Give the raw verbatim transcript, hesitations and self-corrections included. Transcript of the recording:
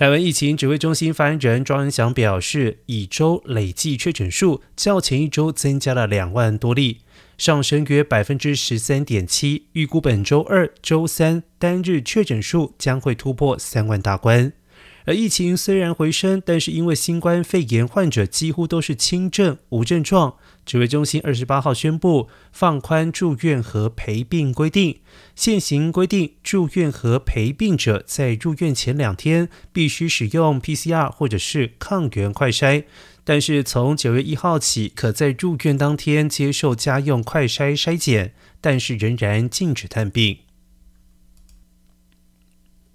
台湾疫情指挥中心发言人庄恩祥表示，以周累计确诊数较前一周增加了两万多例，上升约 百分之十三点七， 预估本周二、周三单日确诊数将会突破三万大关。而疫情虽然回升，但是因为新冠肺炎患者几乎都是轻症无症状，指挥中心二十八号宣布放宽住院和陪病规定。现行规定，住院和陪病者在入院前两天必须使用 P C R 或者是抗原快筛，但是从九月一号起，可在入院当天接受家用快筛筛检，但是仍然禁止探病。